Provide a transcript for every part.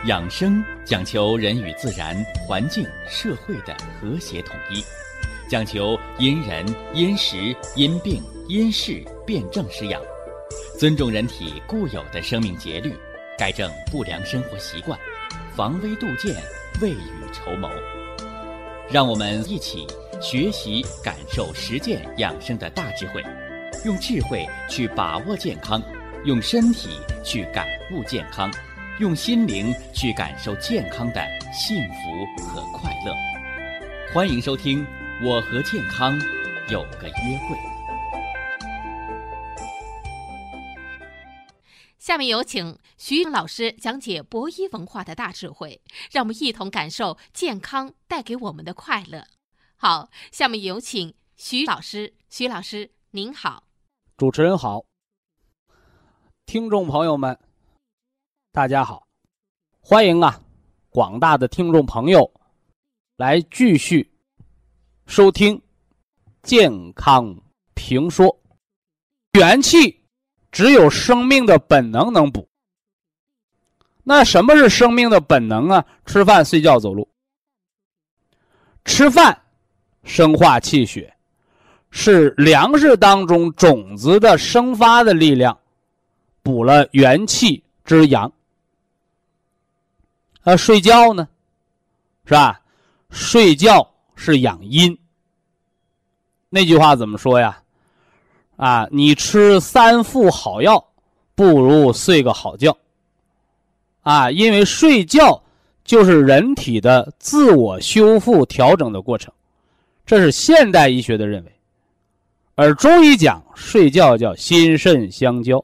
养生讲求人与自然、环境、社会的和谐统一，讲求因人、因时、因病、因事辩证施养，尊重人体固有的生命节律，改正不良生活习惯，防微杜渐，未雨绸缪。让我们一起学习、感受、实践养生的大智慧，用智慧去把握健康，用身体去感悟健康，用心灵去感受健康的幸福和快乐。欢迎收听《我和健康有个约会》。 下面有请徐老师讲解博医文化的大智慧，让我们一同感受健康带给我们的快乐。好，下面有请徐老师。徐老师您好。 主持人好，听众朋友们大家好，欢迎广大的听众朋友来继续收听健康评说。元气只有生命的本能能补。那什么是生命的本能啊？吃饭、睡觉、走路。吃饭生化气血，是粮食当中种子的生发的力量，补了元气之阳。睡觉呢，是吧？睡觉是养阴。那句话怎么说呀？你吃3副好药，不如睡个好觉。因为睡觉就是人体的自我修复调整的过程，这是现代医学的认为。而中医讲睡觉叫心肾相交，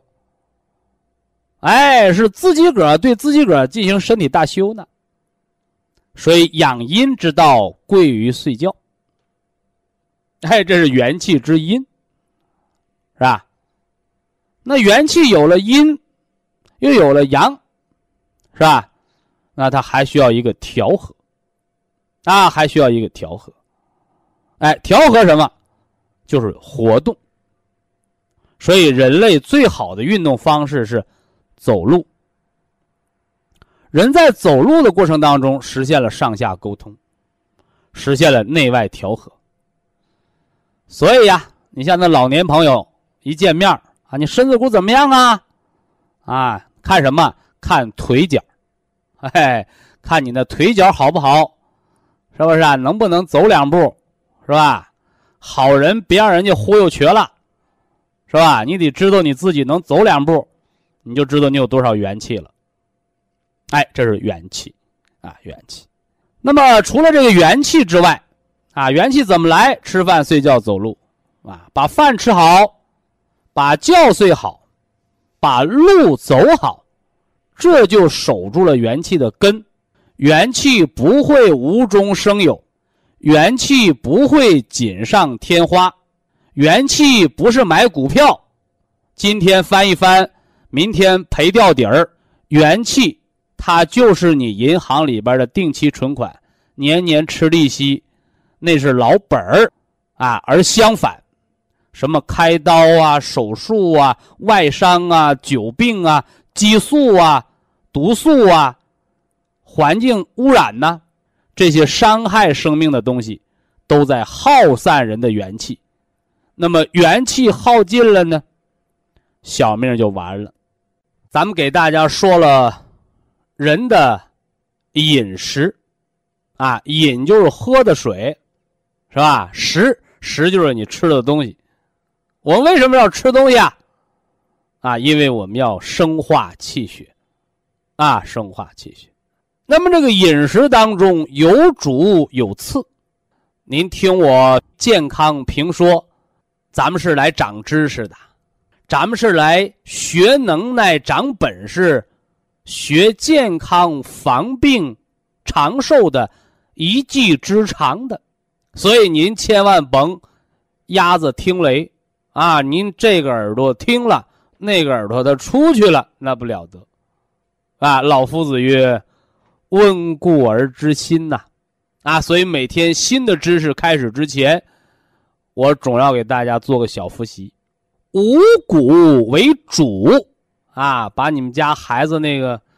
是自己个儿对自己个儿进行身体大修呢。所以养阴之道贵于睡觉，这是元气之阴，是吧？那元气有了阴，又有了阳，是吧？那它还需要一个调和，还需要一个调和。调和什么？就是活动。所以人类最好的运动方式是走路。人在走路的过程当中实现了上下沟通，实现了内外调和。所以你像那老年朋友一见面你身子骨怎么样啊？看什么？看腿脚。看你的腿脚好不好，是不是能不能走2步，是吧？好人别让人家忽悠瘸了，是吧？你得知道你自己能走2步，你就知道你有多少元气了。这是元气元气。那么除了这个元气之外元气怎么来？吃饭、睡觉、走路把饭吃好，把觉睡好，把路走好，这就守住了元气的根。元气不会无中生有，元气不会锦上添花，元气不是买股票，今天翻一翻，明天赔掉底儿。元气它就是你银行里边的定期存款，年年吃利息，那是老本儿而相反，什么开刀手术外伤久病激素毒素环境污染这些伤害生命的东西都在耗散人的元气。那么元气耗尽了呢，小命就完了。咱们给大家说了人的饮食饮就是喝的水，是吧？食就是你吃的东西。我们为什么要吃东西因为我们要生化气血生化气血。那么这个饮食当中有主有次，您听我健康评说，咱们是来长知识的，咱们是来学能耐、长本事、学健康、防病、长寿的一技之长的。所以您千万甭鸭子听雷您这个耳朵听了，那个耳朵它出去了，那不了得老夫子曰温故而知新所以每天新的知识开始之前，我总要给大家做个小复习。五谷为主把你们家孩子那个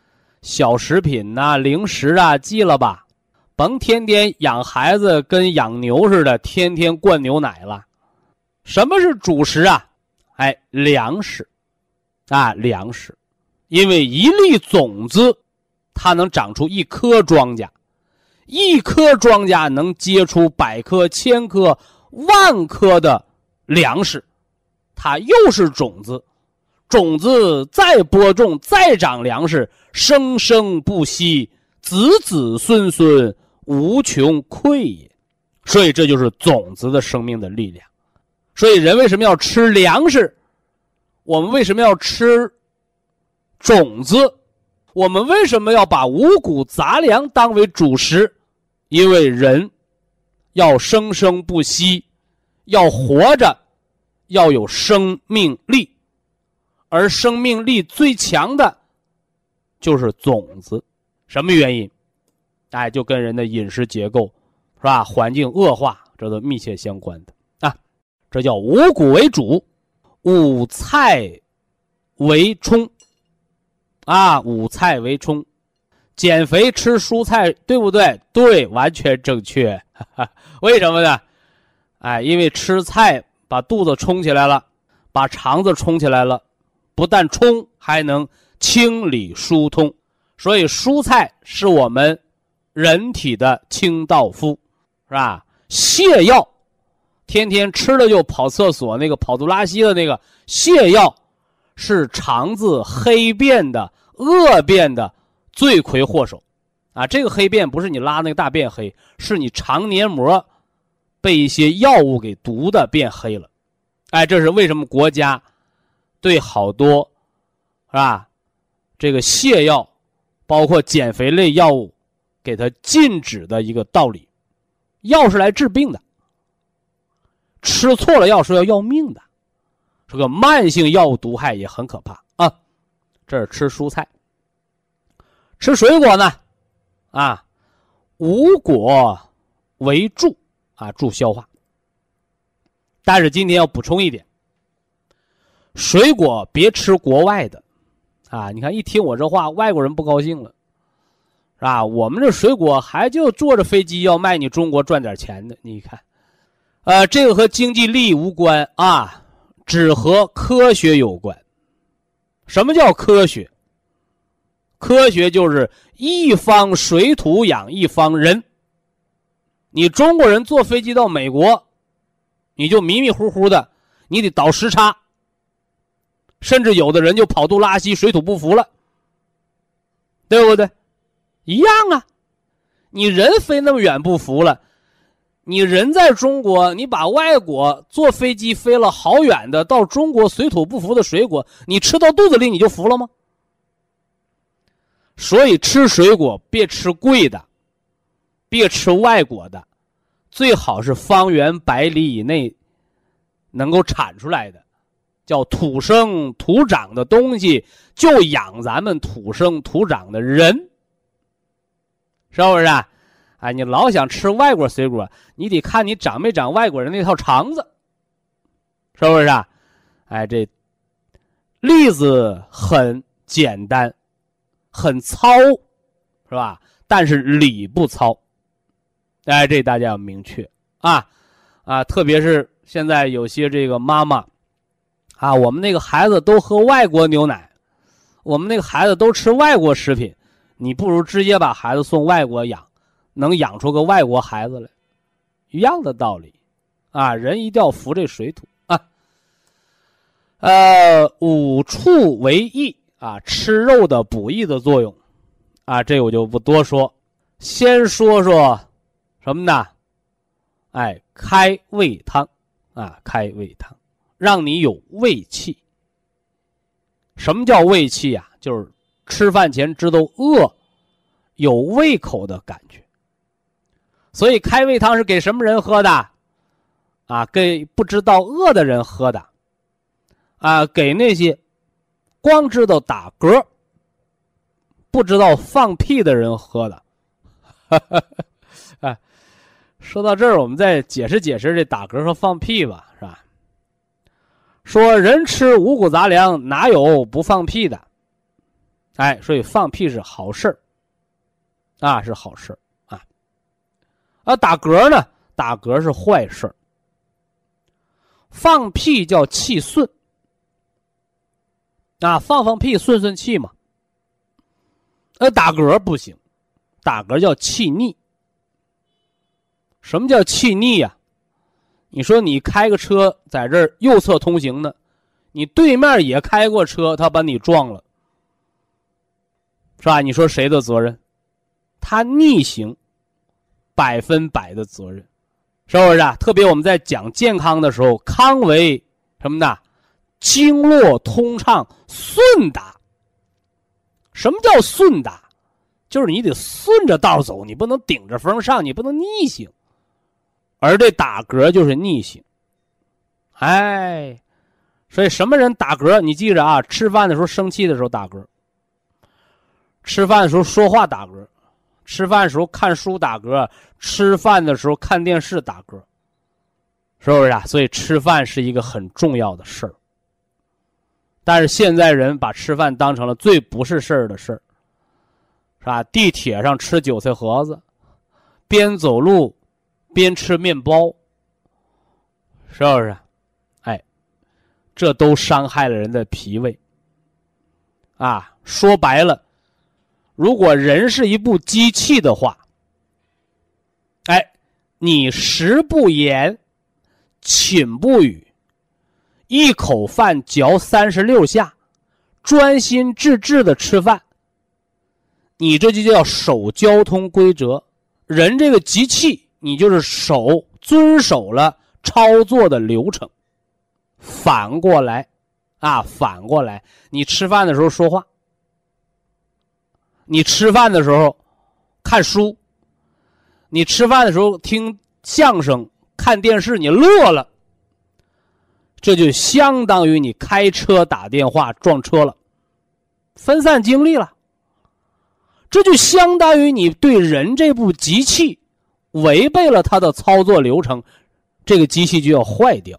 小食品呐、零食啊忌了吧，甭天天养孩子跟养牛似的，天天灌牛奶了。什么是主食啊？粮食啊，粮食。因为一粒种子它能长出1颗庄稼，1颗庄稼能结出100颗、1000颗、10000颗的粮食，它又是种子，种子再播种再长粮食，生生不息，子子孙孙无穷匮也。所以这就是种子的生命的力量。所以人为什么要吃粮食？我们为什么要吃种子？我们为什么要把五谷杂粮当为主食？因为人要生生不息，要活着，要有生命力，而生命力最强的就是种子。什么原因？就跟人的饮食结构是吧，环境恶化，这都密切相关的啊。这叫五谷为主，五菜为充啊，五菜为充。减肥吃蔬菜对不对？对，完全正确。为什么呢？因为吃菜把肚子充起来了，把肠子充起来了，不但充，还能清理疏通。所以蔬菜是我们人体的清道夫，是吧？泻药，天天吃了就跑厕所，那个跑肚拉稀的那个泻药，是肠子黑便的恶便的罪魁祸首啊！这个黑便不是你拉那个大便黑，是你肠黏膜被一些药物给毒的变黑了。这是为什么国家对好多是吧这个泻药包括减肥类药物给它禁止的一个道理。药是来治病的，吃错了药是要命的，这个慢性药物毒害也很可怕啊。这是吃蔬菜。吃水果呢五果为助助消化。但是今天要补充一点，水果别吃国外的你看一听我这话，外国人不高兴了，是吧？我们这水果还就坐着飞机要卖你中国赚点钱的，你看这个和经济利益无关只和科学有关。什么叫科学？科学就是一方水土养一方人。你中国人坐飞机到美国，你就迷迷糊糊的，你得倒时差，甚至有的人就跑肚拉稀、水土不服了，对不对？一样你人飞那么远不服了，你人在中国，你把外国坐飞机飞了好远的到中国水土不服的水果，你吃到肚子里你就服了吗？所以吃水果别吃贵的，别吃外国的，最好是方圆100里以内能够产出来的，叫土生土长的东西，就养咱们土生土长的人，是不是你老想吃外国水果，你得看你长没长外国人那套肠子，是不是这例子很简单很糙，是吧？但是理不糙，这大家要明确特别是现在有些这个妈妈我们那个孩子都喝外国牛奶，我们那个孩子都吃外国食品，你不如直接把孩子送外国养，能养出个外国孩子来，一样的道理人一定要服这水土五畜为益吃肉的补益的作用这我就不多说，先说说什么呢？开胃汤开胃汤，让你有胃气。什么叫胃气就是吃饭前知道饿，有胃口的感觉。所以开胃汤是给什么人喝的给不知道饿的人喝的给那些光知道打嗝不知道放屁的人喝的说到这儿，我们再解释解释这打嗝和放屁吧，是吧？说人吃五谷杂粮哪有不放屁的哎，所以放屁是好事儿，啊，是好事儿啊。而打嗝呢，打嗝是坏事儿。放屁叫气顺，啊，放屁顺气嘛。打嗝不行，打嗝叫气逆。什么叫气逆呀？你说你开个车在这儿右侧通行呢，你对面也开过车，他把你撞了，是吧？你说谁的责任？他逆行，100%的责任，是不是啊？特别我们在讲健康的时候，康为什么呢？经络通畅，顺达。什么叫顺达？就是你得顺着道走，你不能顶着风上，你不能逆行。而这打嗝就是逆行。哎，所以什么人打嗝？你记着啊，吃饭的时候生气的时候打嗝，吃饭的时候说话打嗝，吃饭的时候看书打嗝，吃饭的时候看电视打嗝，是不是啊？所以吃饭是一个很重要的事儿。但是现在人把吃饭当成了最不是事儿的事儿，是吧？地铁上吃韭菜盒子，边走路边吃面包，是不是？哎，这都伤害了人的脾胃。啊，说白了，如果人是一部机器的话，哎，你食不言，寝不语，一口饭嚼36下，专心致志的吃饭，你这就叫守交通规则。人这个机器，你就是遵守了操作的流程。反过来，你吃饭的时候说话，你吃饭的时候看书，你吃饭的时候听相声、看电视，你乐了，这就相当于你开车打电话撞车了，分散精力了。这就相当于你对人这部机器违背了它的操作流程，这个机器就要坏掉，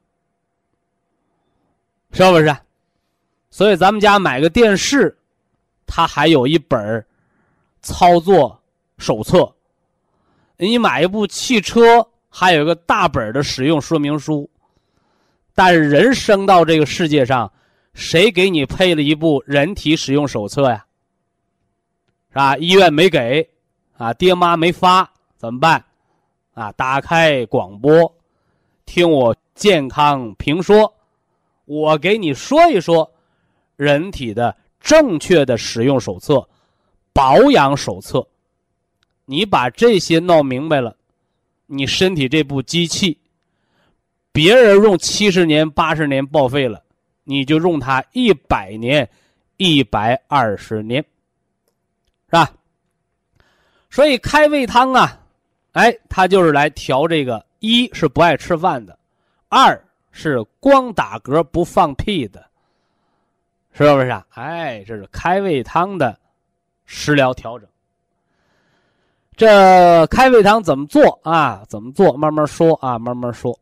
是不是？所以咱们家买个电视，它还有一本操作手册，你买一部汽车还有一个大本的使用说明书。但是人生到这个世界上，谁给你配了一部人体使用手册呀？是吧？医院没给，啊，爹妈没发，怎么办？啊，打开广播，听我健康评说，我给你说一说人体的正确的使用手册、保养手册。你把这些弄明白了，你身体这部机器，别人用70年、80年报废了，你就用它100年、120年，是吧？所以开胃汤啊，哎，它就是来调这个，一是不爱吃饭的，二是光打嗝不放屁的，是不是啊？哎，这是开胃汤的食疗调整。这开胃汤怎么做啊？怎么做？慢慢说啊，慢慢说。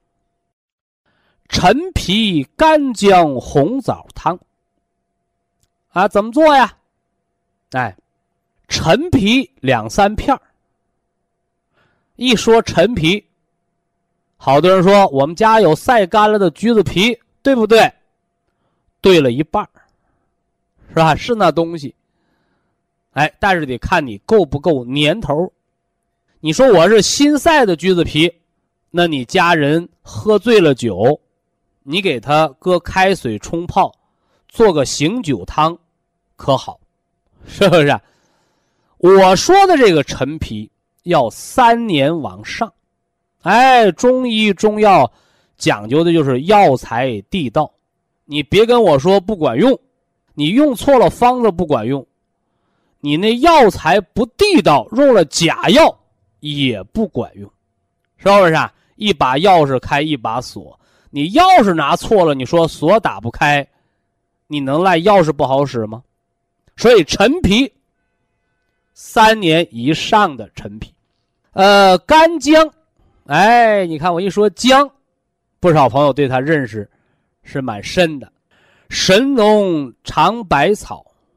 陈皮干姜红枣汤啊，怎么做呀？哎，陈皮2、3片。一说陈皮，好多人说我们家有晒干了的橘子皮，对不对？对了一半，是吧？是那东西。哎，但是得看你够不够年头。你说我是新晒的橘子皮，那你家人喝醉了酒，你给他搁开水冲泡，做个醒酒汤，可好？是不是？我说的这个陈皮要3年往上。哎，中医中药讲究的就是药材地道，你别跟我说不管用，你用错了方子不管用，你那药材不地道，用了假药也不管用，是不是啊？一把钥匙开一把锁，你钥匙拿错了，你说锁打不开，你能赖钥匙不好使吗？所以陈皮3年以上的陈皮。干姜，哎，你看我一说姜，不少朋友对他认识是蛮深的。神农尝百草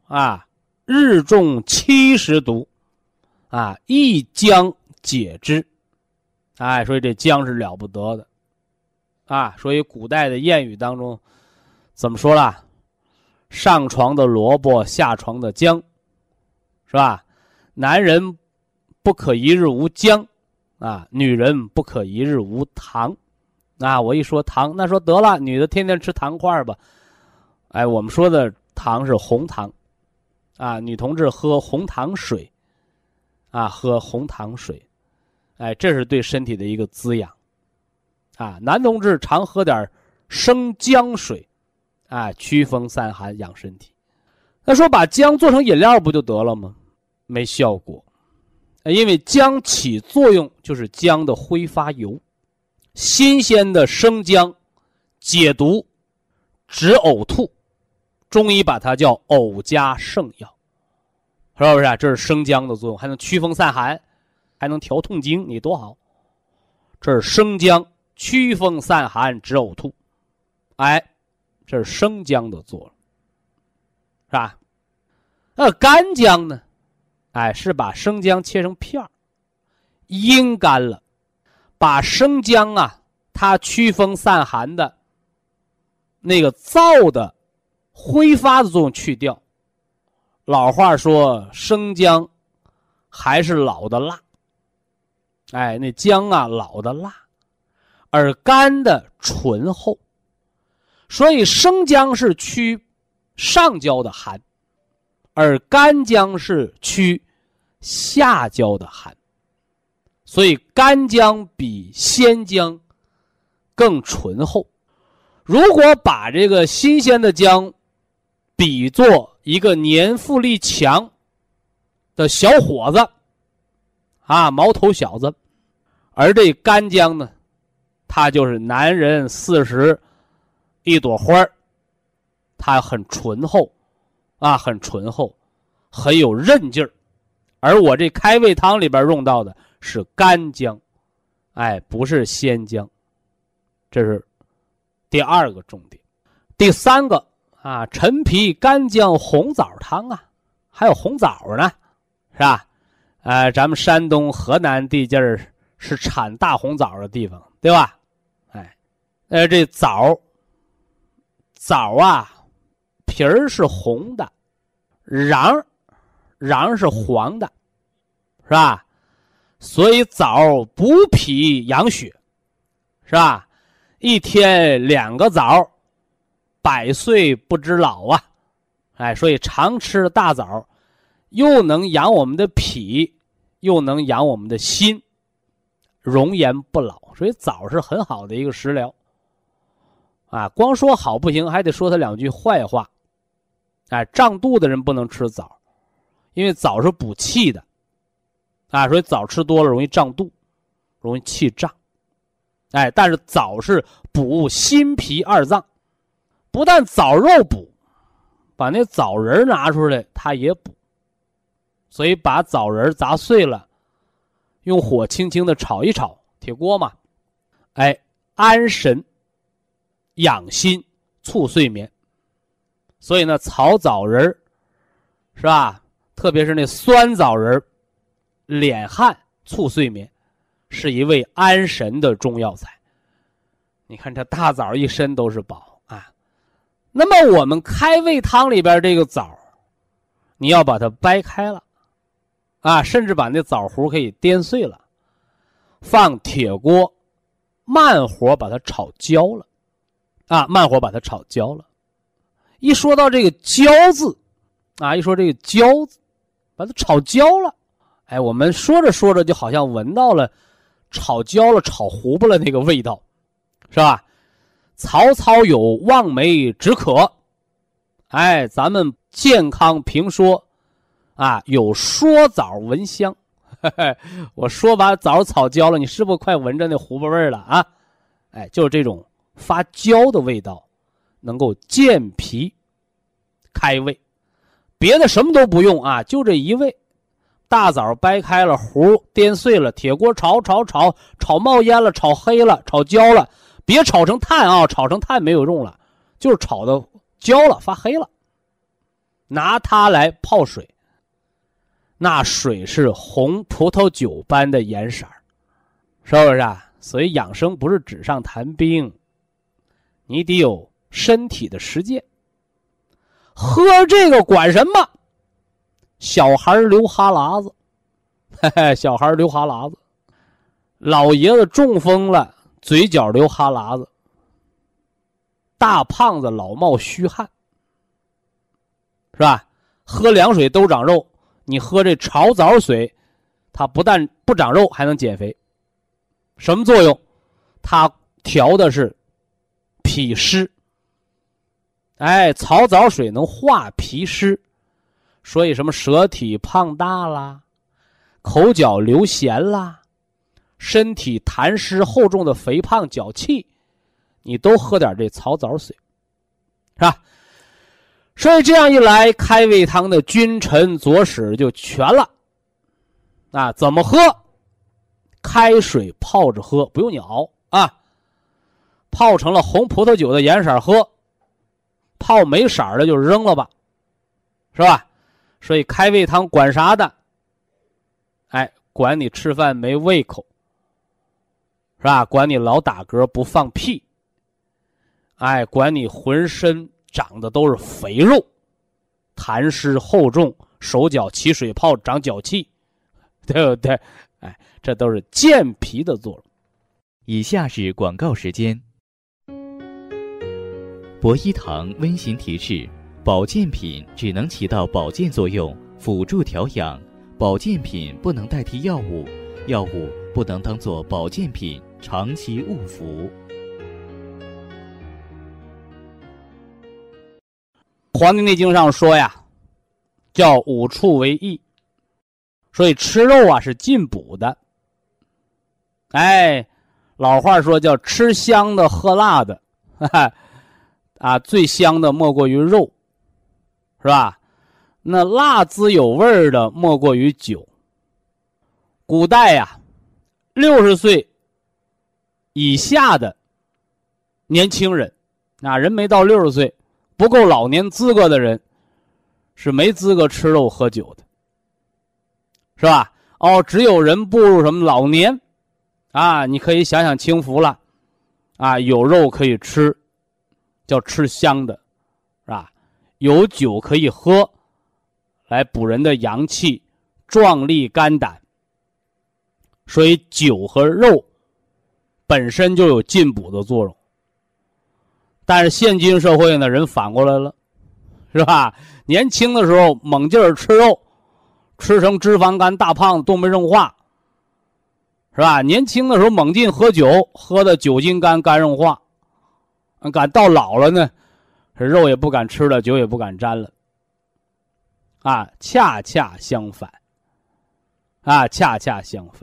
啊，日中70毒，啊，一姜解之。哎，所以这姜是了不得的，啊，所以古代的谚语当中怎么说啦？上床的萝卜，下床的姜，是吧？男人不可一日无姜，啊，女人不可一日无糖。啊，我一说糖，那说得了，女的天天吃糖块吧。哎，我们说的糖是红糖，啊，女同志喝红糖水，啊，喝红糖水，哎，这是对身体的一个滋养，啊，男同志常喝点生姜水，啊，驱风散寒养身体。那说把姜做成饮料不就得了吗？没效果，因为姜起作用就是姜的挥发油。新鲜的生姜解毒止呕吐，中医把它叫呕加圣药，是不是啊？这是生姜的作用，还能驱风散寒，还能调痛经，你多好。这是生姜驱风散寒止呕吐，哎，这是生姜的作用，是吧？那干姜呢？哎，是把生姜切成片儿，阴干了，把生姜啊，它驱风散寒的那个燥的挥发的作用去掉。老话说，生姜还是老的辣，哎，那姜啊老的辣，而干的醇厚，所以生姜是驱上焦的寒，而干姜是驱下焦的寒。所以干姜比鲜姜更醇厚。如果把这个新鲜的姜比作一个年富力强的小伙子，啊，毛头小子，而这干姜呢，它就是男人40一朵花，它很醇厚，啊，很醇厚，很有韧劲儿。而我这开胃汤里边用到的是干姜，哎，不是鲜姜，这是第二个重点。第三个啊，陈皮干姜红枣汤啊，还有红枣呢，是吧？咱们山东河南地界儿是产大红枣的地方，对吧？哎，这枣啊，皮儿是红的，瓤是黄的，是吧？所以枣补脾养血，是吧？一天2个枣，100岁不知老啊！哎，所以常吃大枣，又能养我们的脾，又能养我们的心，容颜不老。所以枣是很好的一个食疗啊！光说好不行，还得说他2句坏话。哎，胀肚的人不能吃枣，因为枣是补气的，啊，所以枣吃多了容易胀肚，容易气胀。哎，但是枣是补心脾2脏，不但枣肉补，把那枣仁拿出来它也补。所以把枣仁砸碎了，用火轻轻的炒一炒，铁锅嘛，哎，安神养心促睡眠。所以呢，炒枣仁是吧？特别是那酸枣仁，敛汗促睡眠，是一味安神的中药材。你看这大枣一身都是宝啊。那么我们开胃汤里边这个枣，你要把它掰开了啊，甚至把那枣核可以颠碎了，放铁锅慢火把它炒焦了啊，慢火把它炒焦了。一说到这个焦字啊，一说这个焦字，把它炒焦了，哎，我们说着说着就好像闻到了炒焦了、炒糊巴了那个味道，是吧？曹操有望梅止渴，哎，咱们健康评说啊，有说枣闻香。嘿嘿，我说把枣炒焦了，你是不是快闻着那糊巴味了啊？哎，就是这种发焦的味道，能够健脾开胃。别的什么都不用啊，就这一味。大枣掰开了，核颠碎了，铁锅炒冒烟了，炒黑了，炒焦了。别炒成炭啊，炒成炭没有用了，就是炒的焦了，发黑了。 拿它来泡水，那水是红葡萄酒般的颜色，是不是啊？所以养生不是纸上谈兵，你得有身体的实践。喝这个管什么？小孩流哈喇子，嘿嘿，小孩流哈喇子，老爷子中风了，嘴角流哈喇子，大胖子老冒虚汗，是吧？喝凉水都长肉，你喝这炒枣水，它不但不长肉，还能减肥。什么作用？它调的是脾湿。哎，炒枣水能化脾湿，所以什么舌体胖大啦，口角流涎啦，身体痰湿厚重的肥胖脚气，你都喝点这炒枣水，是吧？所以这样一来，开胃汤的君臣佐使就全了。啊，怎么喝？开水泡着喝，不用你熬啊，泡成了红葡萄酒的颜色喝，泡没色的就扔了吧，是吧？所以开胃汤管啥的？哎，管你吃饭没胃口，是吧？管你老打嗝不放屁，哎，管你浑身长的都是肥肉，痰湿厚重，手脚起水泡长脚气，对不对？哎，这都是健脾的作用。 以下是广告时间。博一堂温馨提示：保健品只能起到保健作用，辅助调养；保健品不能代替药物，药物不能当作保健品长期误服。 《黄帝内经》上说呀，叫五畜为益，所以吃肉啊是进补的。哎，老话说叫吃香的喝辣的，哈哈，啊，最香的莫过于肉，是吧？那辣滋有味儿的莫过于酒。古代呀，60岁以下的年轻人，啊，人没到60岁，不够老年资格的人，是没资格吃肉喝酒的，是吧？哦，只有人步入什么老年，啊，你可以享享清福了，啊，有肉可以吃，叫吃香的，是吧？有酒可以喝，来补人的阳气，壮力肝胆。所以酒和肉本身就有进补的作用。但是现今社会呢，人反过来了，是吧？年轻的时候猛劲儿吃肉，吃成脂肪肝大胖子，动脉硬化，是吧？年轻的时候猛劲喝酒，喝的酒精肝肝硬化，敢到老了呢，肉也不敢吃了，酒也不敢沾了，啊，恰恰相反，啊，恰恰相反。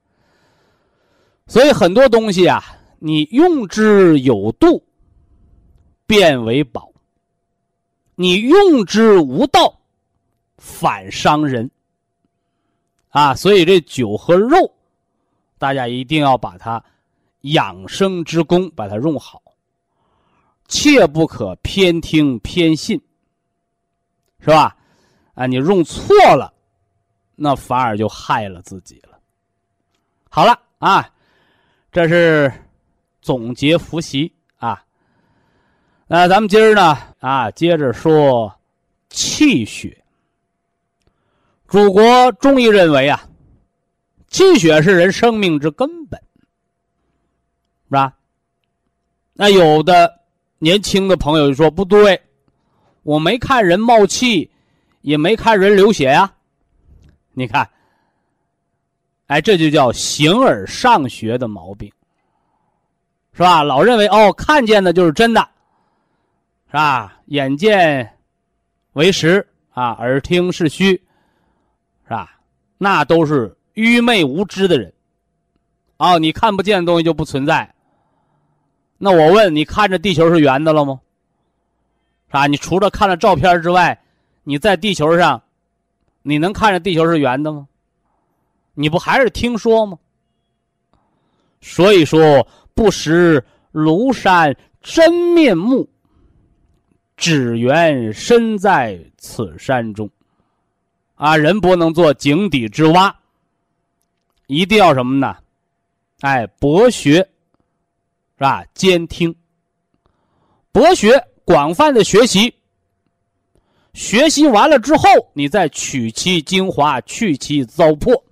所以很多东西啊，你用之有度，便为宝；你用之无道，反伤人。啊，所以这酒和肉，大家一定要把它养生之功把它用好，切不可偏听偏信，是吧？啊，你用错了，那反而就害了自己了。好了啊，这是总结复习啊。那咱们今儿呢啊，接着说气血。祖国中医认为啊，气血是人生命之根本，是吧？那有的年轻的朋友就说不对，我没看人冒气，也没看人流血呀。你看，哎，这就叫形而上学的毛病，是吧？老认为哦，看见的就是真的，是吧？眼见为实啊，耳听是虚，是吧？那都是愚昧无知的人。哦，你看不见的东西就不存在。那我问你，看着地球是圆的了吗？是吧？你除了看了照片之外，你在地球上，你能看着地球是圆的吗？你不还是听说吗？所以说，不识庐山真面目， 只缘身在此山中。啊，人不能做井底之蛙，一定要什么呢？博学，是吧？兼听，博学，广泛的学习。学习完了之后，你再取其精华，去其糟粕。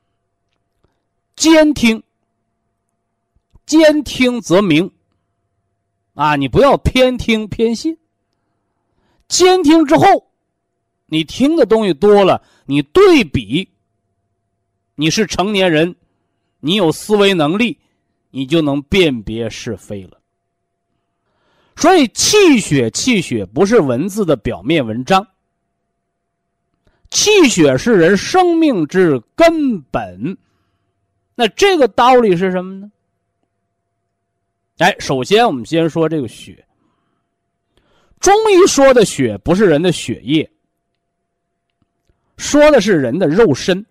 兼听，兼听则明。啊，你不要偏听偏信。兼听之后，你听的东西多了，你对比，你是成年人，你有思维能力，你就能辨别是非了。所以气血不是文字的表面文章，气血是人生命之根本。那这个道理是什么呢？首先我们先说这个血。中医说的血不是人的血液，说的是人的肉身。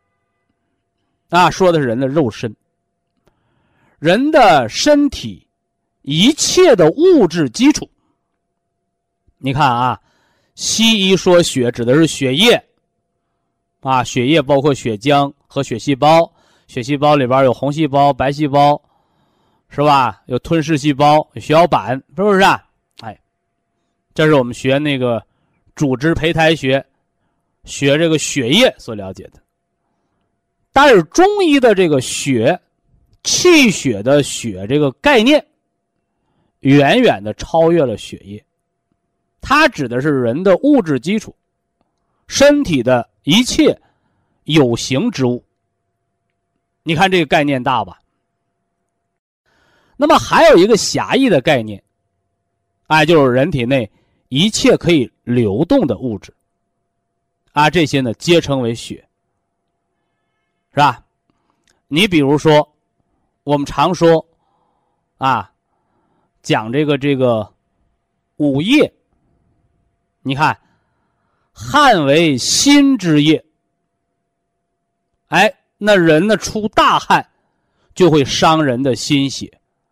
说的是人的肉身，人的身体一切的物质基础。你看啊，西医说血指的是血液，血液包括血浆和血细胞，血细胞里边有红细胞、白细胞，是吧？有吞噬细胞、有血小板，是不是啊？这是我们学那个组织胚胎学，学这个血液所了解的。但是中医的这个血，气血的血这个概念，远远的超越了血液。它指的是人的物质基础，身体的一切有形之物。你看这个概念大吧？那么还有一个狭义的概念，就是人体内一切可以流动的物质，这些呢皆称为血，是吧？你比如说，我们常说，讲这个五液，你看，汗为心之液，那人呢出大汗，就会伤人的心血，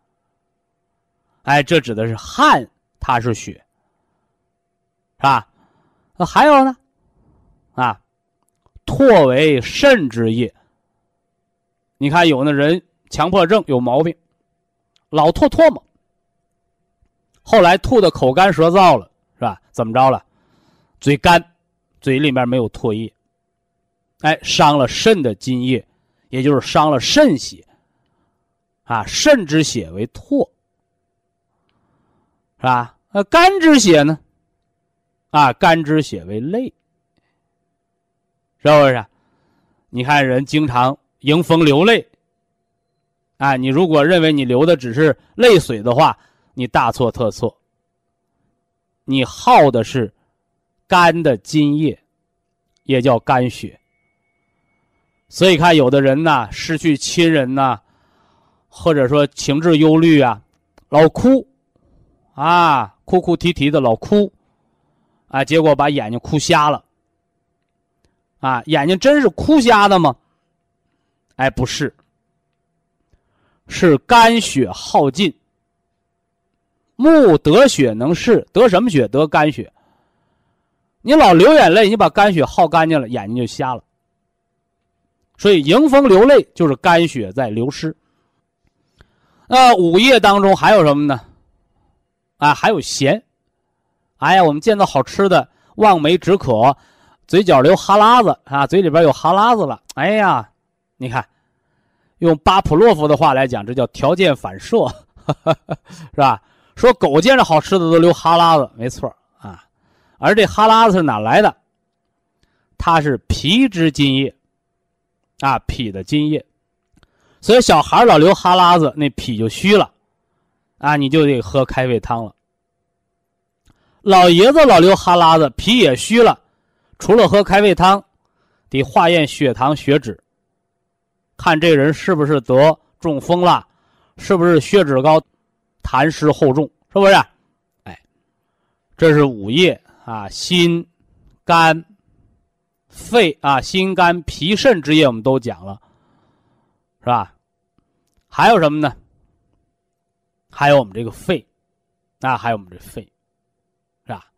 这指的是汗，它是血。是吧？还有呢，唾为肾之液。你看有的人强迫症有毛病，老吐唾沫，后来吐的口干舌燥了，是吧？怎么着了？嘴干，嘴里面没有唾液，伤了肾的津液，也就是伤了肾血。肾之血为唾，是吧？肝之血呢？肝之血为泪，是不是？你看人经常迎风流泪，你如果认为你流的只是泪水的话，你大错特错。你耗的是肝的津液，也叫肝血。所以看有的人呢，失去亲人呢，或者说情志忧虑老哭，哭哭啼啼的老哭。结果把眼睛哭瞎了。眼睛真是哭瞎的吗？不是，是肝血耗尽。目得血能视，得什么血？得肝血。你老流眼泪，你把肝血耗干净了，眼睛就瞎了。所以迎风流泪就是肝血在流失。五液当中还有什么呢？还有咸。我们见到好吃的，望梅止渴，嘴角流哈喇子嘴里边有哈喇子了。你看，用巴甫洛夫的话来讲，这叫条件反射，是吧？说狗见着好吃的都流哈喇子，没错而这哈喇子是哪来的？它是脾之津液，脾的津液。所以小孩老流哈喇子，那脾就虚了，你就得喝开胃汤了。老爷子老流哈喇子，脾也虚了，除了喝开胃汤，得化验血糖血脂，看这人是不是得中风了，是不是血脂高，痰湿厚重，是不是？这是五液心、肝、肺心、肝、脾、肾之液我们都讲了，是吧？还有什么呢？还有我们这个肺，还有我们这肺。是吧？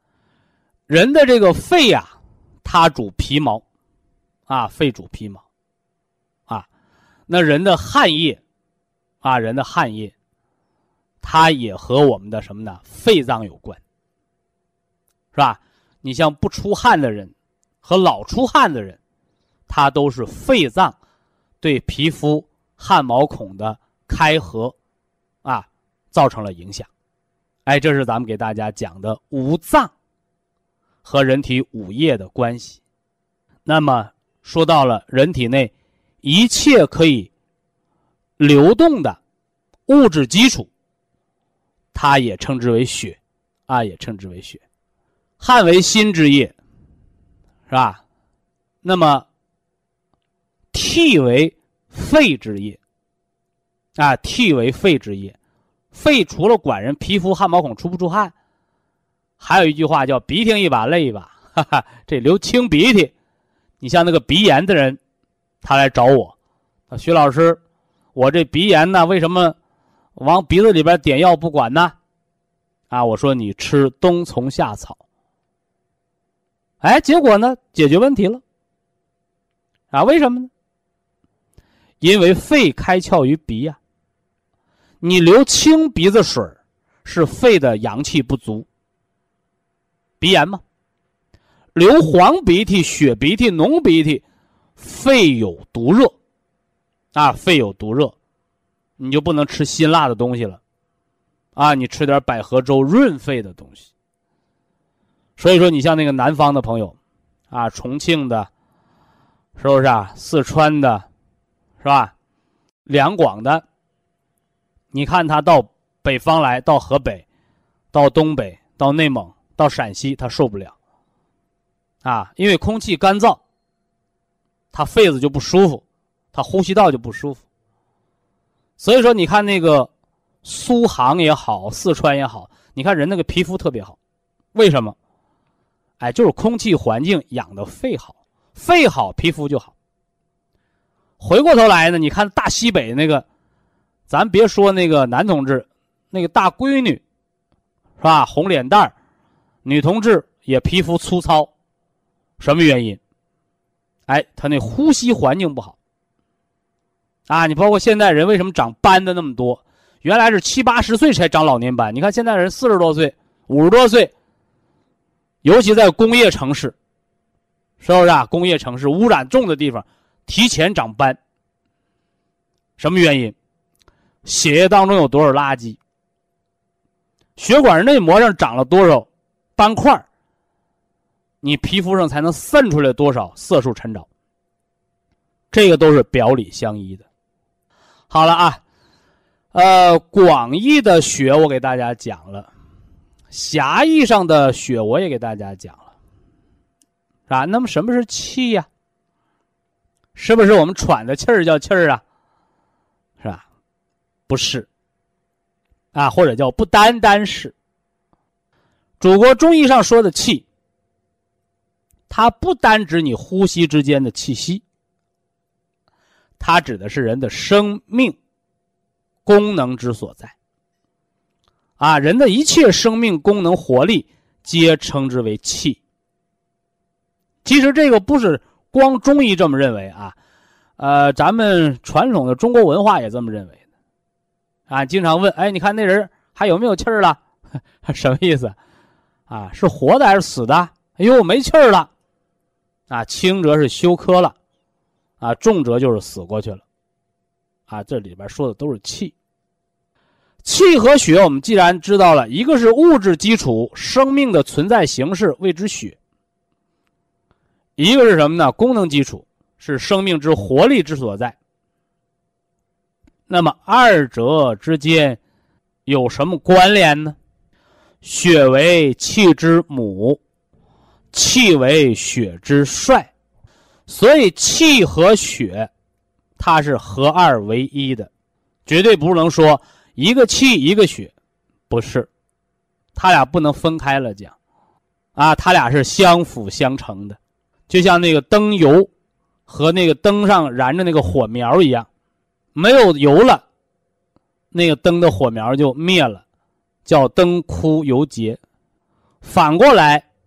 人的这个肺呀，它主皮毛，啊，肺主皮毛，啊，那人的汗液，啊，人的汗液，它也和我们的什么呢？肺脏有关，是吧？你像不出汗的人和老出汗的人，它都是肺脏对皮肤汗毛孔的开合，啊，造成了影响。哎，这是咱们给大家讲的五脏和人体五液的关系。那么说到了人体内一切可以流动的物质基础，它也称之为血，啊，也称之为血。汗为心之液，是吧？那么涕为肺之液，啊，涕为肺之液。肺除了管人皮肤汗毛孔出不出汗，还有一句话叫鼻涕一把泪一把，哈哈，这流清鼻涕。你像那个鼻炎的人，他来找我，徐老师，我这鼻炎呢，为什么往鼻子里边点药不管呢？啊，我说你吃冬虫夏草。哎，结果呢，解决问题了。啊，为什么呢？因为肺开窍于鼻呀。你流清鼻子水是肺的阳气不足，鼻炎嘛。流黄鼻涕、血鼻涕、浓鼻涕，肺有毒热，啊，肺有毒热，你就不能吃辛辣的东西了，啊，你吃点百合粥润肺的东西。所以说，你像那个南方的朋友，啊，重庆的，是不是啊？四川的，是吧？两广的。你看他到北方来，到河北，到东北，到内蒙，到陕西，他受不了，啊，因为空气干燥，他肺子就不舒服，他呼吸道就不舒服。所以说，你看那个苏杭也好，四川也好，你看人那个皮肤特别好，为什么？哎，就是空气环境养的肺好，肺好皮肤就好。回过头来呢，你看大西北那个。咱别说那个男同志，那个大闺女，是吧？红脸蛋儿，女同志也皮肤粗糙，什么原因？哎，他那呼吸环境不好。啊，你包括现代人为什么长斑的那么多？原来是70、80岁才长老年斑，你看现在人40多岁、50多岁，尤其在工业城市，是不是啊？工业城市污染重的地方，提前长斑，什么原因？血液当中有多少垃圾，血管内膜上长了多少斑块，你皮肤上才能渗出来多少色素沉着，这个都是表里相依的。好了啊，广义的血我给大家讲了，狭义上的血我也给大家讲了，啊，那么什么是气呀？是不是我们喘的气儿叫气儿啊？是吧？不是，啊，或者叫不单单是。祖国中医上说的气，它不单指你呼吸之间的气息，它指的是人的生命功能之所在。啊，人的一切生命功能活力，皆称之为气。其实这个不是光中医这么认为啊，咱们传统的中国文化也这么认为的。啊，经常问，哎，你看那人还有没有气儿了？什么意思？啊，是活的还是死的？哎呦，没气儿了。啊，轻则是休克了，啊，重则就是死过去了。啊，这里边说的都是气。气和血我们既然知道了，一个是物质基础，生命的存在形式谓之血，一个是什么呢？功能基础，是生命之活力之所在。那么二者之间有什么关联呢？血为气之母，气为血之帅，所以气和血它是合二为一的，绝对不能说一个气一个血，不是，他俩不能分开了讲，啊，他俩是相辅相成的，就像那个灯油和那个灯上燃着那个火苗一样，没有油了，那个灯的火苗就灭了，叫灯枯油竭。反过来，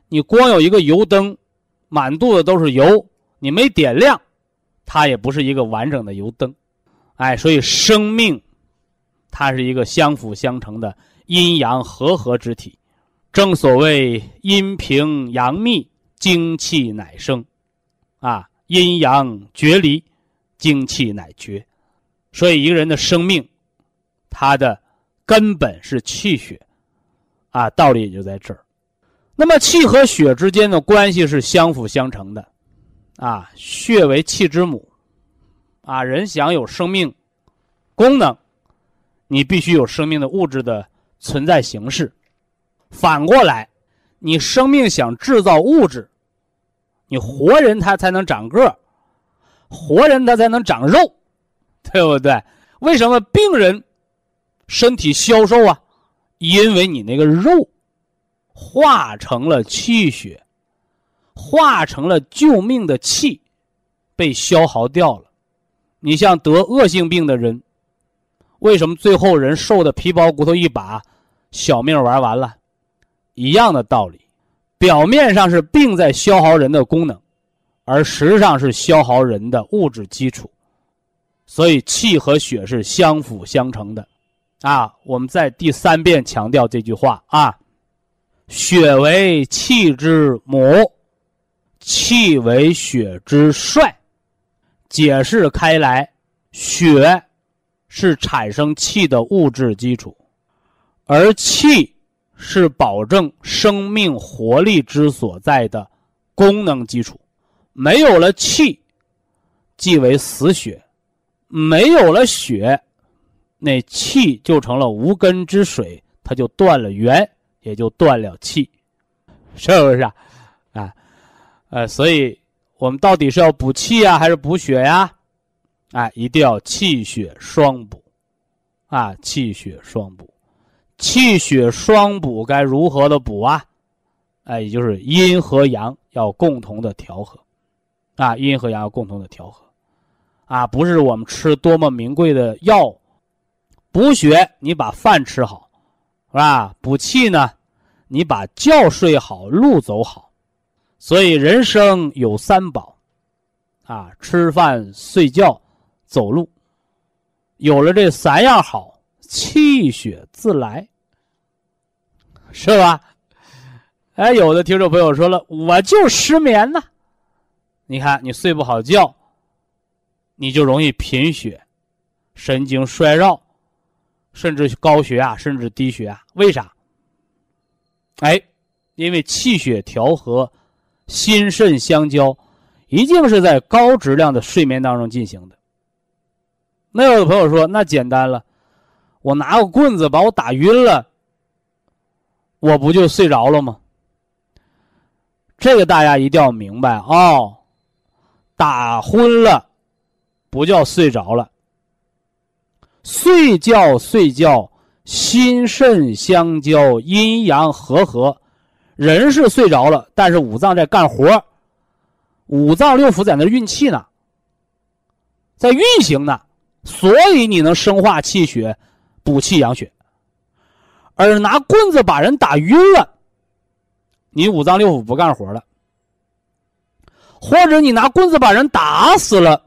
你光有一个油灯，满肚子都是油，你没点亮，它也不是一个完整的油灯。所以生命它是一个相辅相成的阴阳和合之体。正所谓阴平阳密，精气乃生，阴阳决离，精气乃绝。所以一个人的生命，它的根本是气血，道理也就在这儿。那么气和血之间的关系是相辅相成的，血为气之母，人想有生命功能，你必须有生命的物质的存在形式。反过来，你生命想制造物质，你活人他才能长个儿，活人他才能长肉，对不对？为什么病人身体消瘦啊？因为你那个肉化成了气血，化成了救命的气，被消耗掉了。你像得恶性病的人，为什么最后人瘦的皮包骨头一把，小命玩完了？一样的道理，表面上是病在消耗人的功能，而实际上是消耗人的物质基础。所以气和血是相辅相成的。我们在第3遍强调这句话血为气之母，气为血之帅。解释开来，血是产生气的物质基础，而气是保证生命活力之所在的功能基础。没有了气，即为死血；没有了血，那气就成了无根之水，它就断了源，也就断了气，是不是所以我们到底是要补气还是补血呀？一定要气血双补气血双补。气血双补该如何的补也就是阴和阳要共同的调和阴和阳要共同的调和不是我们吃多么名贵的药。补血你把饭吃好是吧？补气呢，你把觉睡好，路走好。所以人生有3宝吃饭睡觉走路，有了这3样好，气血自来，是吧？有的听众朋友说了，我就失眠呢。你看你睡不好觉，你就容易贫血，神经衰弱，甚至高血压，甚至低血压。为啥？因为气血调和，心肾相交，一定是在高质量的睡眠当中进行的。那有的朋友说，那简单了，我拿个棍子把我打晕了，我不就睡着了吗？这个大家一定要明白打昏了不叫睡着了。睡觉心肾相交，阴阳和合，人是睡着了，但是五脏在干活，五脏六腑在那运气呢，在运行呢，所以你能生化气血，补气养血。而拿棍子把人打晕了，你五脏六腑不干活了，或者你拿棍子把人打死了，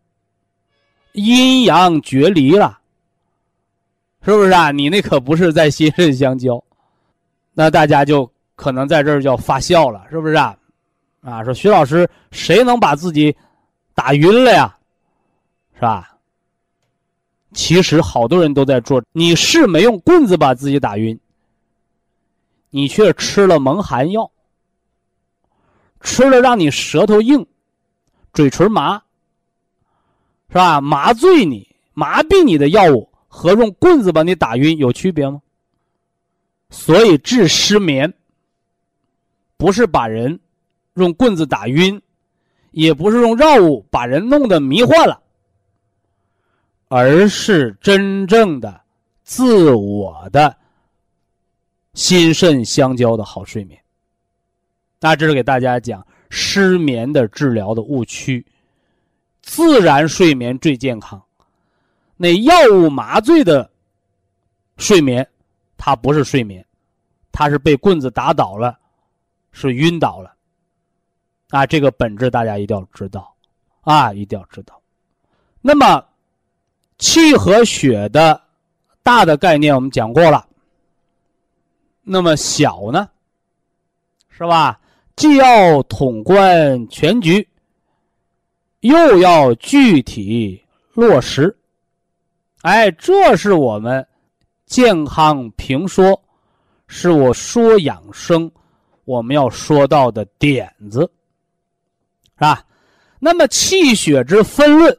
阴阳决离了，是不是你那可不是在心肾相交。那大家就可能在这儿叫发笑了，是不是说徐老师谁能把自己打晕了呀，是吧？其实好多人都在做，你是没用棍子把自己打晕，你却吃了蒙汗药，吃了让你舌头硬，嘴唇麻，是吧？麻醉你麻痹你的药物和用棍子把你打晕有区别吗？所以治失眠不是把人用棍子打晕，也不是用药物把人弄得迷幻了，而是真正的自我的心肾相交的好睡眠。那这是给大家讲失眠的治疗的误区。自然睡眠最健康，那药物麻醉的睡眠它不是睡眠，它是被棍子打倒了， 是晕倒了啊，这个本质大家一定要知道啊，一定要知道。那么气和血的大的概念我们讲过了，那么小呢，是吧？既要统观全局，又要具体落实。哎，这是我们健康评说，是我说养生我们要说到的点子，是吧？那么气血之分论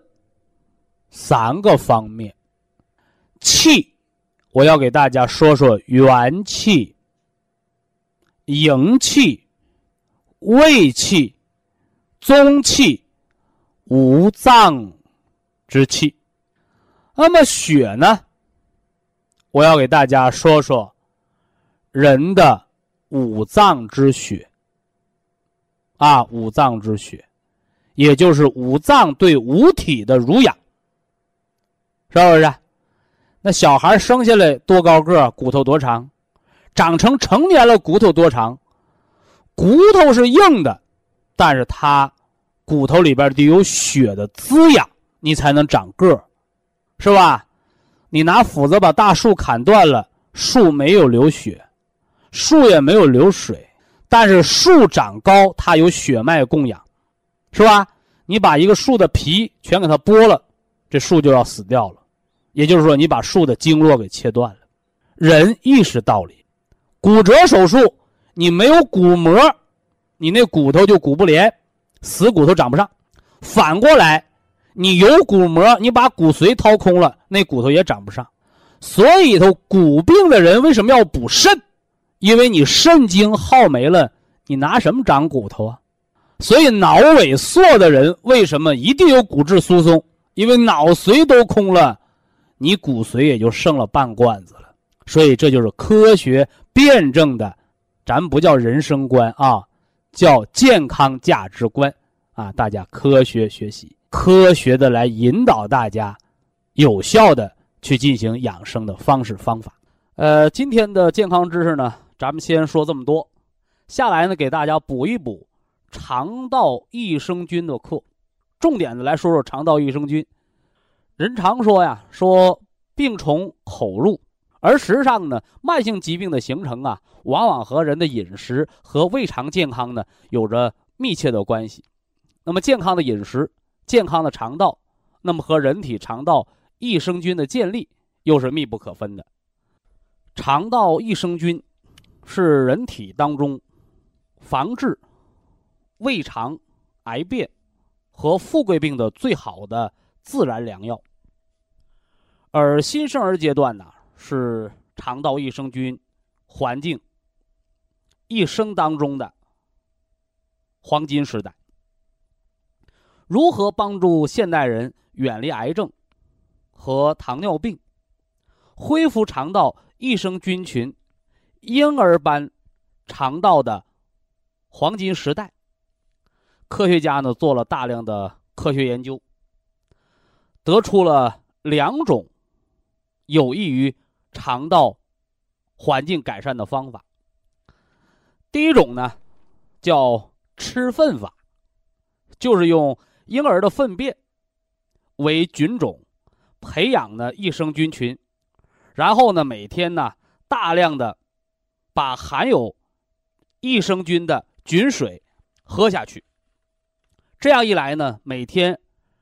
3个方面，气我要给大家说说元气、营气、卫气、宗气、五脏之气。那么血呢，我要给大家说说人的五脏之血啊，五脏之血，也就是五脏对五体的濡养，是不是？那小孩生下来多高个，骨头多长，长成成年了骨头多长，骨头是硬的，但是它骨头里边得有血的滋养，你才能长个儿，是吧？你拿斧子把大树砍断了，树没有流血，树也没有流水，但是树长高，它有血脉供养，是吧？你把一个树的皮全给它剥了，这树就要死掉了。也就是说，你把树的经络给切断了。人亦是道理，骨折手术你没有骨膜，你那骨头就骨不连，死骨头长不上。反过来，你有骨膜，你把骨髓掏空了，那骨头也长不上。所以骨病的人为什么要补肾？因为你肾精耗没了，你拿什么长骨头啊？所以脑萎缩的人为什么一定有骨质疏松？因为脑髓都空了，你骨髓也就剩了半罐子了。所以这就是科学辩证的，咱不叫人生观啊，叫健康价值观啊。大家科学学习，科学的来引导大家有效的去进行养生的方式方法。今天的健康知识呢，咱们先说这么多。下来呢，给大家补一补肠道益生菌的课，重点的来说说肠道益生菌。人常说呀，说病从口入，而实际上呢，慢性疾病的形成啊，往往和人的饮食和胃肠健康呢有着密切的关系。那么健康的饮食、健康的肠道，那么和人体肠道益生菌的建立又是密不可分的。肠道益生菌是人体当中防治胃肠癌变和富贵病的最好的自然良药。而新生儿阶段呢，是肠道益生菌环境一生当中的黄金时代。如何帮助现代人远离癌症和糖尿病，恢复肠道益生菌群婴儿般肠道的黄金时代？科学家呢做了大量的科学研究，得出了2种有益于肠道环境改善的方法。第一种呢叫吃粪法，就是用婴儿的粪便为菌种，培养呢益生菌群，然后呢每天呢大量的把含有益生菌的菌水喝下去。这样一来呢，每天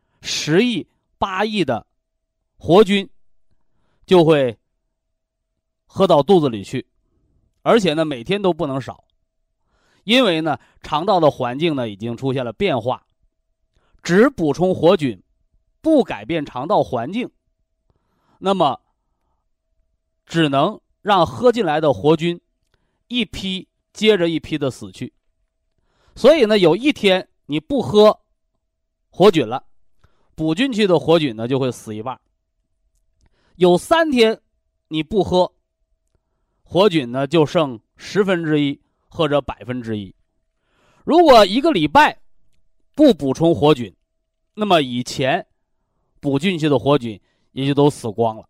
10亿、8亿的活菌就会喝到肚子里去，而且呢每天都不能少。因为呢肠道的环境呢已经出现了变化，只补充活菌，不改变肠道环境，那么只能让喝进来的活菌一批接着一批的死去。所以呢有一天你不喝活菌了，补进去的活菌呢就会死一半。有3天你不喝活菌呢，就剩1/10或者1%。如果1个礼拜不补充活菌，那么以前补进去的活菌也就都死光了。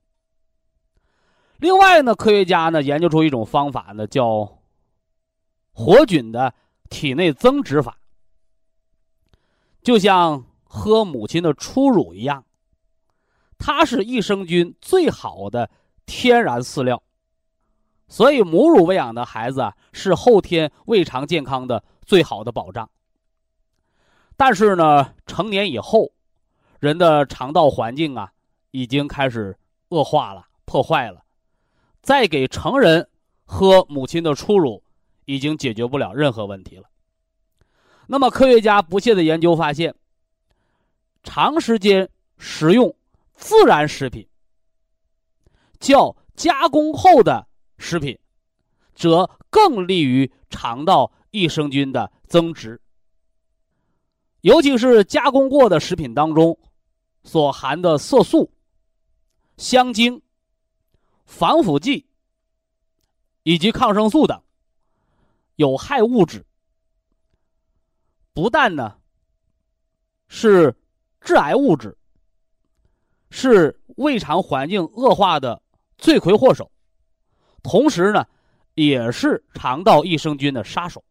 另外呢，科学家呢研究出一种方法呢，叫活菌的体内增殖法，就像喝母亲的初乳一样，它是益生菌最好的天然饲料。所以母乳喂养的孩子是后天胃肠健康的最好的保障。但是呢，成年以后，人的肠道环境已经开始恶化了，破坏了，再给成人喝母亲的初乳已经解决不了任何问题了。那么科学家不懈的研究发现，长时间食用自然食品较加工后的食品则更利于肠道益生菌的增殖。尤其是加工过的食品当中所含的色素、香精、防腐剂以及抗生素等有害物质，不但呢是致癌物质，是胃肠环境恶化的罪魁祸首，同时呢也是肠道益生菌的杀手。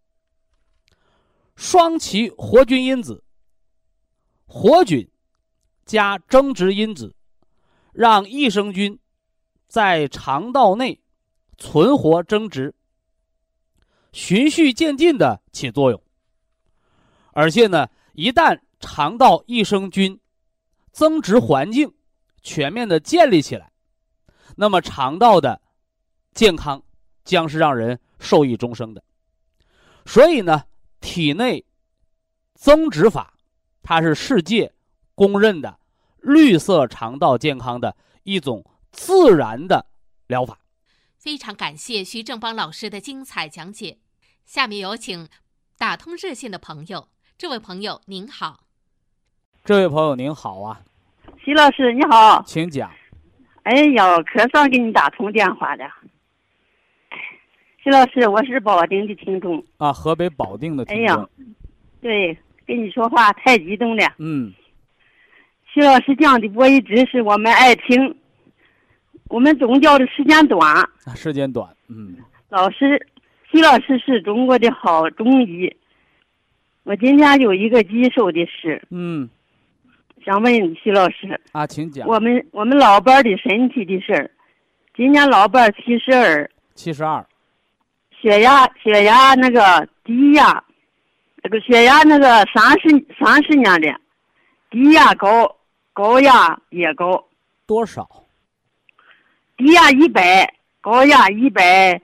双歧活菌因子、活菌加增殖因子，让益生菌在肠道内存活增殖，循序渐进的起作用。而且呢，一旦肠道益生菌增殖环境全面的建立起来，那么肠道的健康将是让人受益终生的。所以呢，体内增殖法它是世界公认的绿色肠道健康的一种自然的疗法。 非常感谢徐正邦老师的精彩讲解。下面有请打通热线的朋友。这位朋友您好。 这位朋友您好啊。 徐老师你好。 请讲。 哎呀，可算给你打通电话了。徐老师，我是保定的听众啊，河北保定的听众。 哎呀，对，跟你说话太激动了。 徐老师讲的博医知识我们爱听，我们宗教的时间短。 时间短。 徐老师是中国的好中医。我今天有一个棘手的事。想问徐老师啊，请讲。 我们老伴的身体的事儿。今年老伴72。血压那个低压，那个血压那个30年了，低压高，高压也高。 多少？ 低压100，高压100，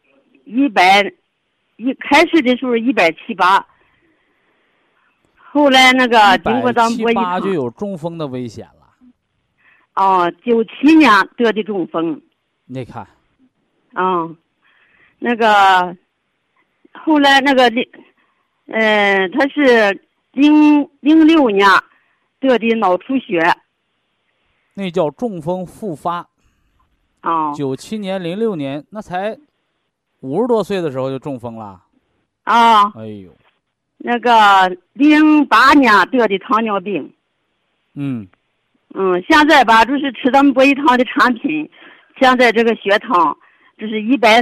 开始的时候178，后来那个经过咱们博医堂 178就有中风的危险了。 97年得的中风。 你看。 那个后来那个他是06年得的脑出血。 那叫中风复发。97年、06年，那才50多岁的时候就中风了。哎呦。 那个08年得的糖尿病。现在吧，就是吃咱们博医堂的产品，现在这个血糖就是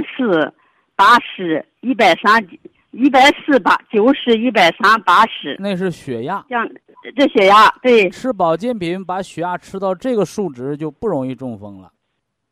140、80、130、140、90、130、80。 那是血压。 这血压对。 吃保健品把血压吃到这个数值就不容易中风了。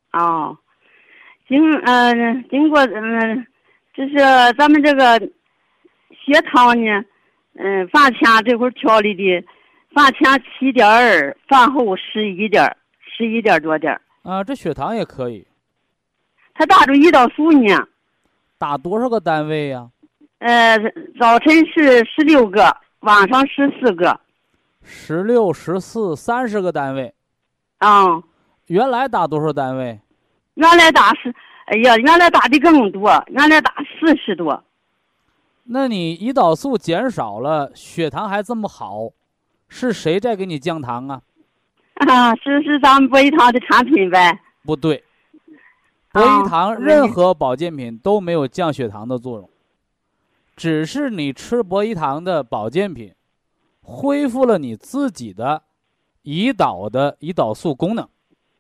经过就是咱们这个血糖呢，饭前这会儿调理的，饭前7.2，饭后11多点。 这血糖也可以。 他打着胰岛素呢。 打多少个单位呀？ 早晨是16个，晚上14个。 16、14、30个单位。原来打多少单位？ 原来打的更多，原来打40多。 那你胰岛素减少了，血糖还这么好，是谁在给你降糖啊？ 是咱们博医堂的产品呗？ 不对，博医堂任何保健品都没有降血糖的作用，只是你吃博医堂的保健品，恢复了你自己的胰岛素功能。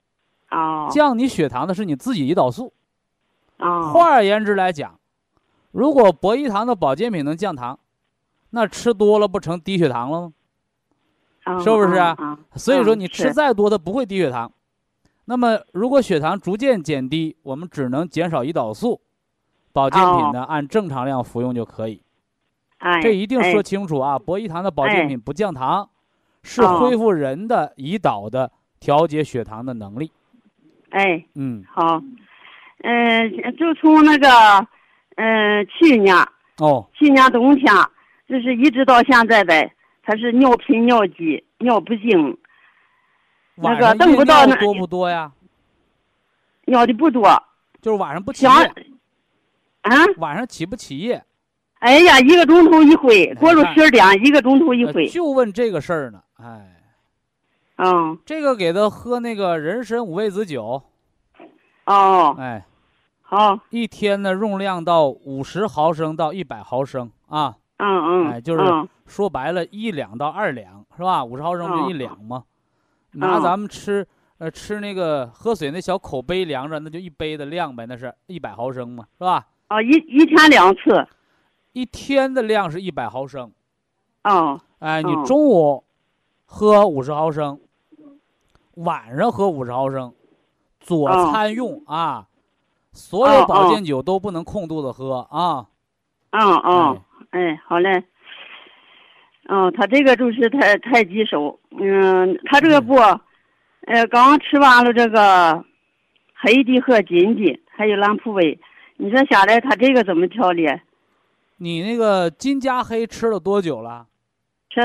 降你血糖的是你自己胰岛素。换而言之来讲， 如果博医堂的保健品能降糖，那吃多了不成低血糖了吗？是不是啊？所以说你吃再多，它不会低血糖。那么如果血糖逐渐减低，我们只能减少胰岛素，保健品呢按正常量服用就可以。这一定说清楚啊！博医堂的保健品不降糖，是恢复人的胰岛的调节血糖的能力。 好，就从那个去年冬天，就是一直到现在呗，他是尿频尿急尿不尽。那个等不到多不多呀？ 尿的不多， 就是晚上不起夜。晚上起不起夜？ 哎呀，1个钟头一回，过了12点1个钟头一回。 就问这个事儿呢，这个给他喝那个人参五味子酒。 好， 一天呢用量到50毫升到100毫升啊。就是说白了1两到2两是吧？50毫升就1两嘛。拿咱们吃那个喝水那小口杯量着，那就1杯的量呗，那是100毫升嘛，是吧？ 一天2次。 一天的量是100毫升。你中午喝50毫升，晚上喝50毫升，佐餐用啊。所有保健酒都不能空肚子喝啊。 好嘞。他这个就是太棘手。他这个刚吃完了这个黑的和金的，还有兰普韦，你说下来他这个怎么调理？ 你那个金加黑吃了多久了？ 吃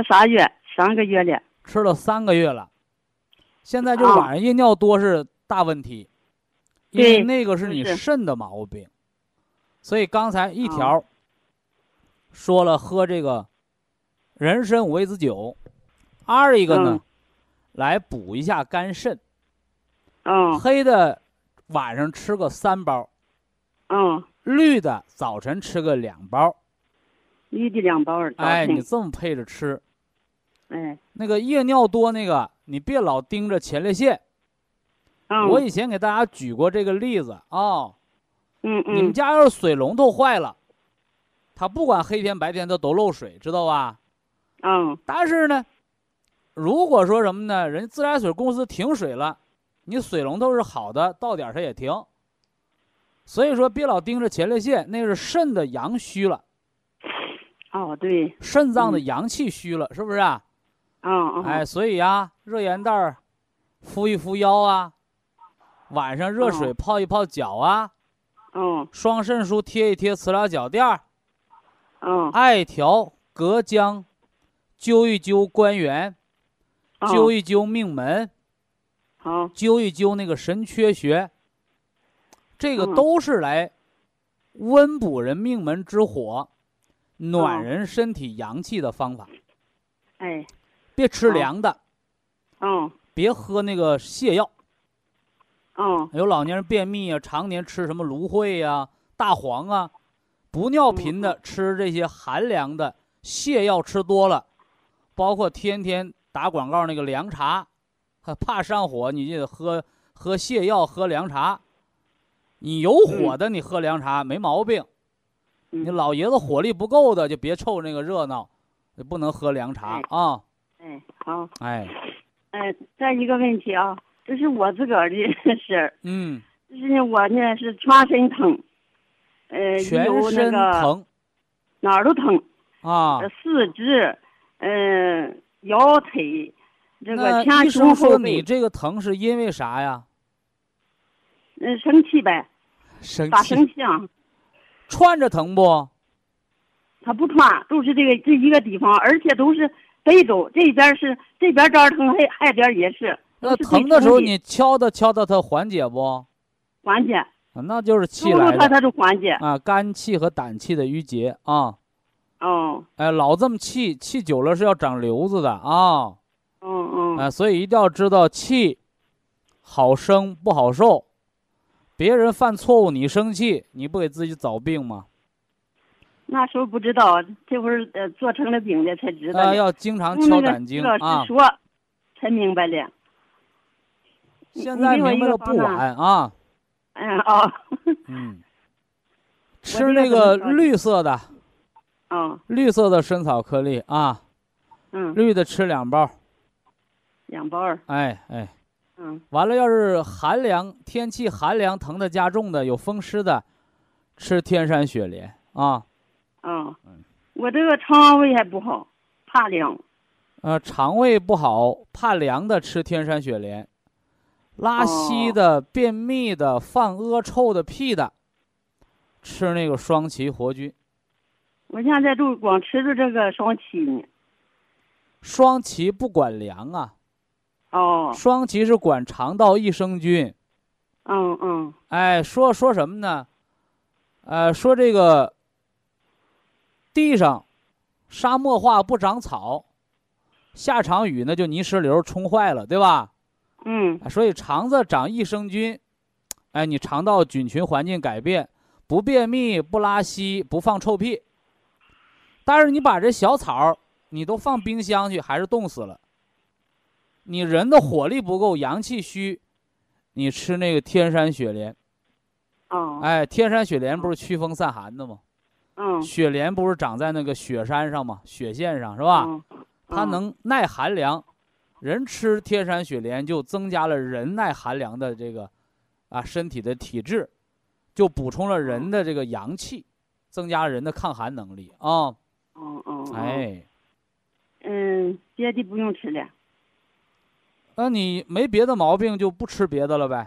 3个月了。 吃了3个月了。现在就晚上夜尿多是大问题，因为那个是你肾的毛病。所以刚才一条说了喝这个人参五味子酒，二一个呢来补一下肝肾。黑的晚上吃个3包。绿的早晨吃个2包。 绿的2包。 你这么配着吃。那个夜尿多那个，你别老盯着前列腺。我以前给大家举过这个例子啊。你们家要是水龙头坏了，它不管黑天白天它都漏水，知道吧？但是呢，如果说什么呢，人自来水公司停水了，你水龙头是好的，到点它也停。所以说别老盯着前列腺，那是肾的阳虚了。 对， 肾脏的阳气虚了，是不是啊？所以热盐袋敷一敷腰啊，晚上热水泡一泡脚啊，双肾腧贴一贴磁疗脚垫艾条、隔姜，灸一灸关元，灸一灸命门，灸一灸那个神阙穴。这个都是来温补人命门之火，暖人身体阳气的方法。别吃凉的。别喝那个泻药。有老年人便秘啊，常年吃什么芦荟呀、大黄啊，不尿频的吃这些寒凉的泻药吃多了，包括天天打广告那个凉茶，怕上火你就得喝泻药喝凉茶。你有火的你喝凉茶没毛病，你老爷子火力不够的就别凑那个热闹，就不能喝凉茶啊。 好。再一个问题啊，这是我自个儿的事儿。就是我呢是全身疼， 全身疼， 哪儿都疼四肢，腰腿，这个前胸后背。 说你这个疼是因为啥呀？ 生气呗。打生气啊。 串着疼不？ 他不串，都是这一个地方，而且都是背周，这边这儿疼，还边也是。 那疼的时候你敲它它缓解不？ 缓解。 那就是气来的。 它就缓解啊，肝气和胆气的郁结啊。老这么气久了是要长瘤子的啊。所以一定要知道气好生不好受。别人犯错误你生气，你不给自己找病吗？ 那时候不知道，这会儿做成了病的才知道。 要经常敲胆经啊。 说才明白了。 现在明白了不晚啊。 吃那个绿色的， 绿色的参草颗粒啊，绿的吃2包 ，2包。 哎，完了，要是寒凉天气寒凉疼的加重的，有风湿的，吃天山雪莲啊。 我这个肠胃还不好，怕凉。 肠胃不好怕凉的吃天山雪莲，拉稀的、便秘的、放恶臭的屁的，吃那个双歧活菌。 我现在就光吃着这个双歧呢。 双歧不管凉啊。双歧是管肠道益生菌。说什么呢？说这个地上沙漠化不长草，下场雨呢就泥石流冲坏了，对吧？所以肠子长益生菌，你肠道菌群环境改变，不便秘，不拉稀，不放臭屁。但是你把这小草你都放冰箱去，还是冻死了。你人的火力不够，阳气虚，你吃那个天山雪莲。天山雪莲不是驱风散寒的吗？雪莲不是长在那个雪山上吗？雪线上是吧？它能耐寒凉，人吃天山雪莲就增加了人耐寒凉的这个身体的体质，就补充了人的这个阳气，增加了人的抗寒能力啊。 别的不用吃了。 那你没别的毛病就不吃别的了呗？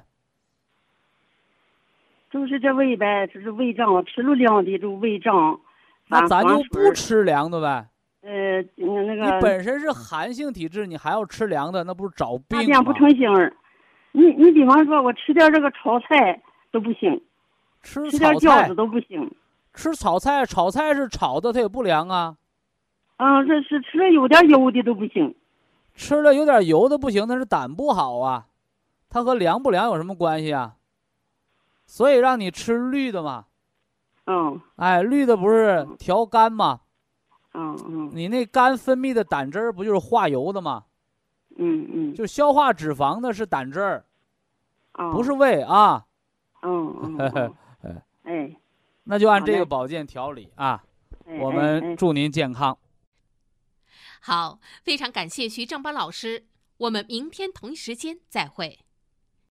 就是这胃呗，就是胃胀，吃了凉的就胃胀。 那咱就不吃凉的呗。 那个你本身是寒性体质，你还要吃凉的，那不是找病吗？ 这样不成形儿。你比方说，我吃点这个炒菜都不行，吃点饺子都不行。 吃炒菜是炒的，它也不凉啊。 这是吃了有点油的都不行。 吃了有点油的不行，那是胆不好啊，它和凉不凉有什么关系啊？所以让你吃绿的嘛。绿的不是调肝吗？你那肝分泌的胆汁儿不就是化油的吗？就消化脂肪的是胆汁儿，不是胃啊。那就按这个保健调理啊。我们祝您健康。 好，非常感谢徐正邦老师，我们明天同一时间再会。